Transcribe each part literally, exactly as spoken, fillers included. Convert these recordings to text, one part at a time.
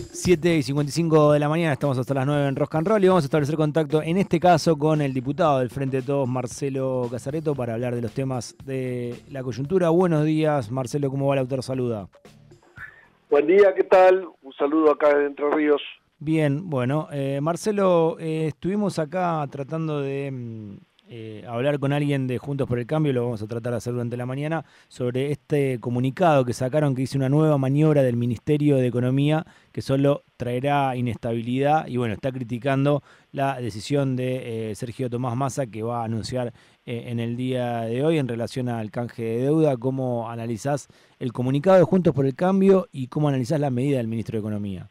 siete y cincuenta y cinco de la mañana, estamos hasta las nueve en Rock and Roll y vamos a establecer contacto en este caso con el diputado del Frente de Todos, Marcelo Casareto, para hablar de los temas de la coyuntura. Buenos días, Marcelo, ¿cómo va? El autor saluda. Buen día, ¿qué tal? Un saludo acá de Entre Ríos. Bien, bueno, eh, Marcelo, eh, estuvimos acá tratando de mm, eh, hablar con alguien de Juntos por el Cambio, lo vamos a tratar de hacer durante la mañana, sobre este comunicado que sacaron que dice una nueva maniobra del Ministerio de Economía que solo traerá inestabilidad y bueno, está criticando la decisión de eh, Sergio Tomás Massa que va a anunciar eh, en el día de hoy en relación al canje de deuda. ¿Cómo analizás el comunicado de Juntos por el Cambio y cómo analizás la medida del Ministro de Economía?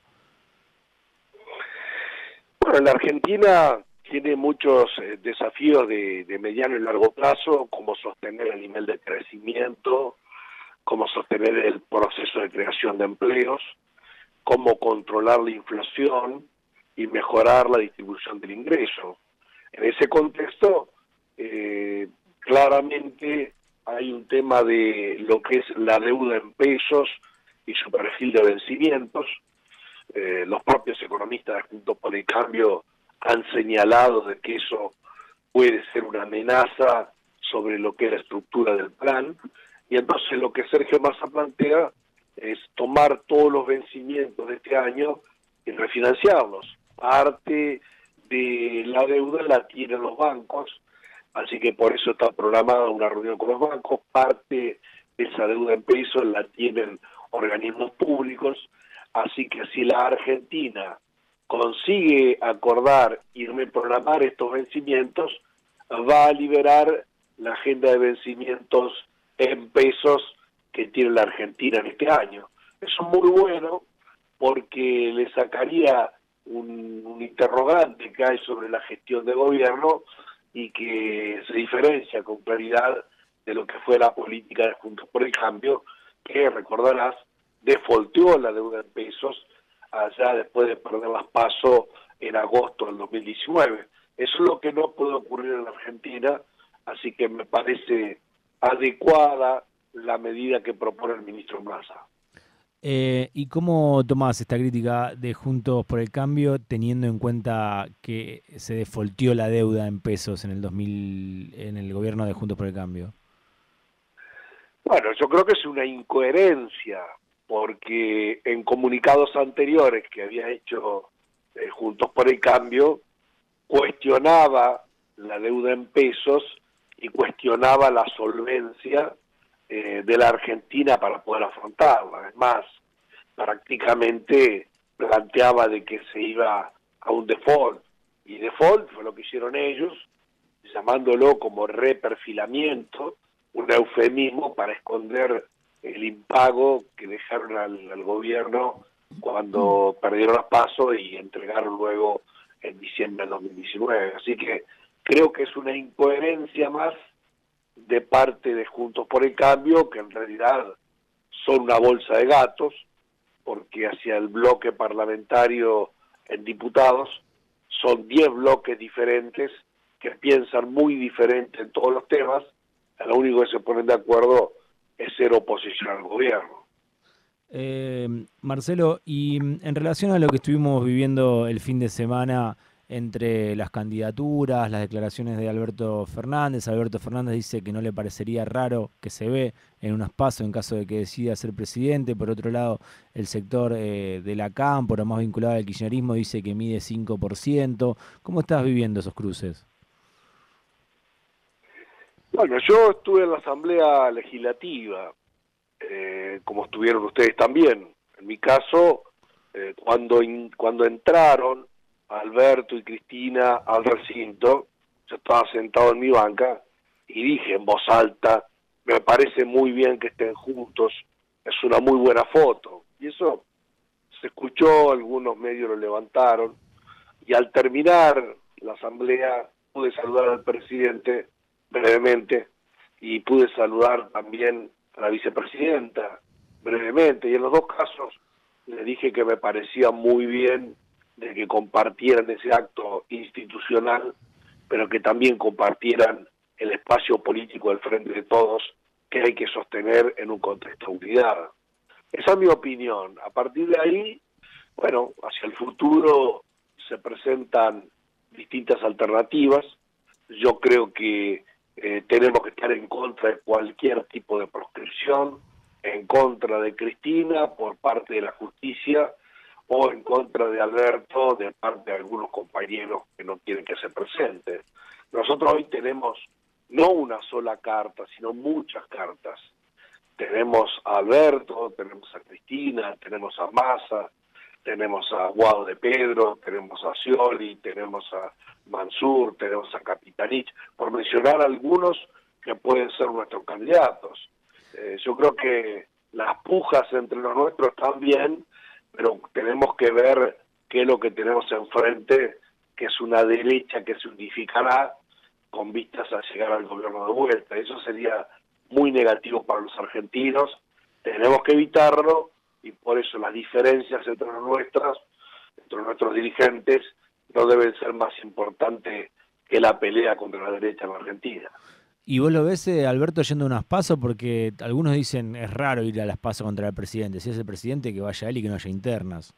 Bueno, la Argentina tiene muchos eh, desafíos de, de mediano y largo plazo, como sostener el nivel de crecimiento, cómo sostener el proceso de creación de empleos, cómo controlar la inflación y mejorar la distribución del ingreso. En ese contexto, eh, claramente hay un tema de lo que es la deuda en pesos y su perfil de vencimientos. Eh, los propios economistas de Juntos por el Cambio han señalado de que eso puede ser una amenaza sobre lo que es la estructura del plan, y entonces lo que Sergio Massa plantea es tomar todos los vencimientos de este año y refinanciarlos. Parte de la deuda la tienen los bancos, así que por eso está programada una reunión con los bancos. Parte de esa deuda en pesos la tienen organismos públicos. Así que si la Argentina consigue acordar y reprogramar estos vencimientos, va a liberar la agenda de vencimientos en pesos que tiene la Argentina en este año. Eso es muy bueno porque le sacaría un, un interrogante que hay sobre la gestión de gobierno y que se diferencia con claridad de lo que fue la política de Juntos por el Cambio, que recordarás, defaulteó la deuda en pesos allá después de perder las PASO en agosto del dos mil diecinueve. Eso es lo que no puede ocurrir en la Argentina, así que me parece adecuada la medida que propone el ministro Massa. Eh, ¿Y cómo tomás esta crítica de Juntos por el Cambio teniendo en cuenta que se defaultió la deuda en pesos en el dos mil en el gobierno de Juntos por el Cambio? Bueno, yo creo que es una incoherencia, porque en comunicados anteriores que había hecho eh, Juntos por el Cambio, cuestionaba la deuda en pesos y cuestionaba la solvencia eh, de la Argentina para poder afrontarla. Es más, prácticamente planteaba de que se iba a un default, y default fue lo que hicieron ellos, llamándolo como reperfilamiento, un eufemismo para esconder el impago que dejaron al, al gobierno cuando perdieron las PASO y entregaron luego en diciembre del dos mil diecinueve. Así que creo que es una incoherencia más de parte de Juntos por el Cambio, que en realidad son una bolsa de gatos, porque hacia el bloque parlamentario en diputados son diez bloques diferentes que piensan muy diferente en todos los temas. Lo único que se ponen de acuerdo es ser oposición al gobierno. Eh, Marcelo, y en relación a lo que estuvimos viviendo el fin de semana entre las candidaturas, las declaraciones de Alberto Fernández, Alberto Fernández dice que no le parecería raro que se ve en unas PASO en caso de que decida ser presidente. Por otro lado, el sector eh, de la cámpora más vinculado al kirchnerismo dice que mide cinco por ciento. ¿Cómo estás viviendo esos cruces? Bueno, yo estuve en la Asamblea Legislativa, eh, como estuvieron ustedes también. En mi caso, eh, cuando, in, cuando entraron Alberto y Cristina al recinto, yo estaba sentado en mi banca y dije en voz alta, me parece muy bien que estén juntos, es una muy buena foto. Y eso se escuchó, algunos medios lo levantaron, y al terminar la asamblea pude saludar al presidente brevemente y pude saludar también a la vicepresidenta brevemente, y en los dos casos le dije que me parecía muy bien de que compartieran ese acto institucional, pero que también compartieran el espacio político del Frente de Todos, que hay que sostener en un contexto de unidad. Esa es mi opinión. A partir de ahí, bueno, hacia el futuro se presentan distintas alternativas. Yo creo que eh, tenemos que estar en contra de cualquier tipo de proscripción, en contra de Cristina por parte de la justicia o en contra de Alberto de parte de algunos compañeros que no quieren que se presente. Nosotros hoy tenemos no una sola carta, sino muchas cartas. Tenemos a Alberto, tenemos a Cristina, tenemos a Massa, tenemos a Guado de Pedro, tenemos a Scioli, tenemos a Mansur, tenemos a Capitanich, por mencionar algunos que pueden ser nuestros candidatos. Eh, yo creo que las pujas entre los nuestros están bien, pero tenemos que ver qué es lo que tenemos enfrente, que es una derecha que se unificará con vistas a llegar al gobierno de vuelta. Eso sería muy negativo para los argentinos, tenemos que evitarlo, y por eso las diferencias entre nuestras, entre nuestros dirigentes, no deben ser más importantes que la pelea contra la derecha en la Argentina. ¿Y vos lo ves, eh, Alberto, yendo a unas PASO? Porque algunos dicen es raro ir a las PASO contra el presidente. Si es el presidente, que vaya él y que no haya internas.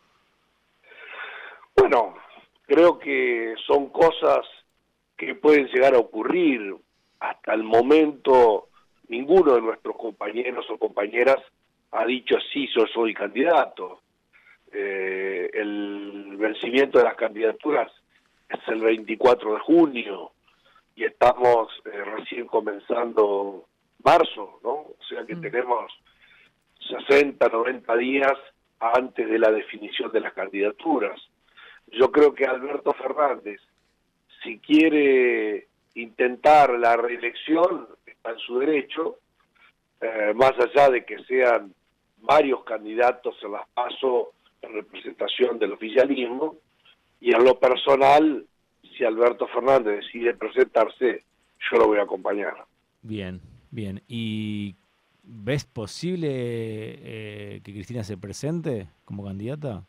Bueno, creo que son cosas que pueden llegar a ocurrir. Hasta el momento, ninguno de nuestros compañeros o compañeras ha dicho sí, yo soy candidato. Eh, el vencimiento de las candidaturas es el veinticuatro de junio y estamos eh, recién comenzando marzo, ¿no? O sea que mm. tenemos sesenta, noventa días antes de la definición de las candidaturas. Yo creo que Alberto Fernández, si quiere intentar la reelección, está en su derecho, eh, más allá de que sean varios candidatos en las PASO en representación del oficialismo, y en lo personal, si Alberto Fernández decide presentarse, yo lo voy a acompañar. Bien, bien. ¿Y ves posible eh, que Cristina se presente como candidata?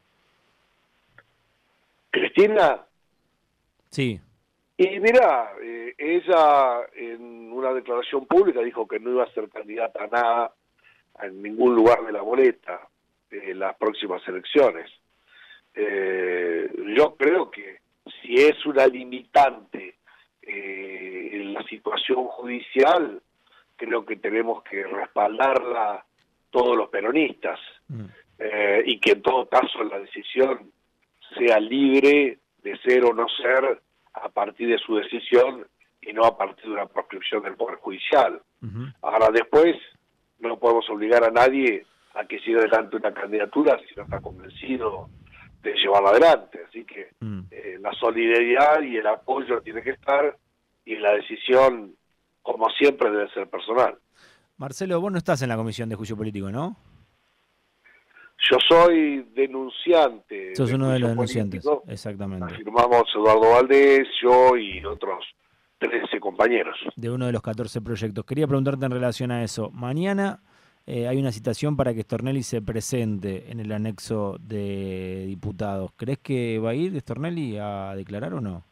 ¿Cristina? Sí. Y mira, eh, ella en una declaración pública dijo que no iba a ser candidata a nada, en ningún lugar de la boleta en las próximas elecciones. Eh, yo creo que si es una limitante eh, en la situación judicial, creo que tenemos que respaldarla todos los peronistas, mm. eh, y que en todo caso la decisión sea libre de ser o no ser a partir de su decisión y no a partir de una proscripción del Poder Judicial. Uh-huh. Ahora después no podemos obligar a nadie a que siga adelante una candidatura si no está convencido de llevarla adelante. Así que mm. eh, la solidaridad y el apoyo tiene que estar, y la decisión, como siempre, debe ser personal. Marcelo, vos no estás en la Comisión de Juicio Político, ¿no? Yo soy denunciante. Sos de uno de los denunciantes, político. Exactamente. Firmamos Eduardo Valdés, yo y otros trece compañeros. De uno de los catorce proyectos. Quería preguntarte en relación a eso. Mañana eh, hay una citación para que Stornelli se presente en el anexo de diputados. ¿Crees que va a ir Stornelli a declarar o no?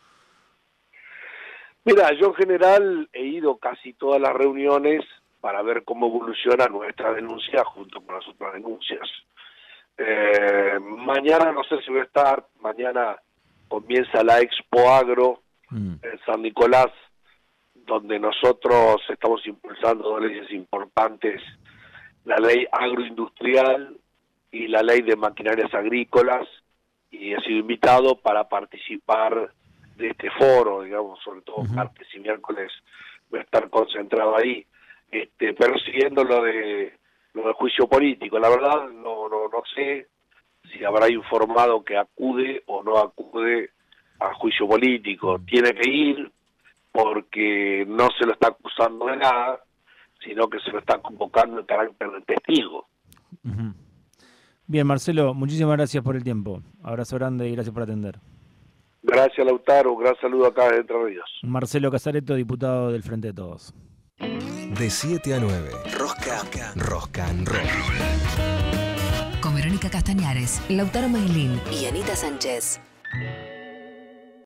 Mira, yo en general he ido casi todas las reuniones para ver cómo evoluciona nuestra denuncia junto con las otras denuncias. Eh, mañana no sé si voy a estar, mañana comienza la Expo Agro mm. en San Nicolás, donde nosotros estamos impulsando dos leyes importantes, la ley agroindustrial y la ley de maquinarias agrícolas, y he sido invitado para participar de este foro, digamos, sobre todo uh-huh. martes y miércoles voy a estar concentrado ahí. Este, pero siguiendo lo de lo del juicio político, la verdad no, no, no sé si habrá informado que acude o no acude al juicio político. Tiene que ir porque no se lo está acusando de nada, sino que se lo está convocando en carácter de testigo. Uh-huh. Bien, Marcelo, muchísimas gracias por el tiempo. Abrazo grande y gracias por atender. Gracias, Lautaro. Un gran saludo acá de Entre Ríos. Marcelo Casareto, diputado del Frente de Todos. De siete a nueve. Rosca. Rosca and Roll. Con Verónica Castañares, Lautaro Mailín y Anita Sánchez.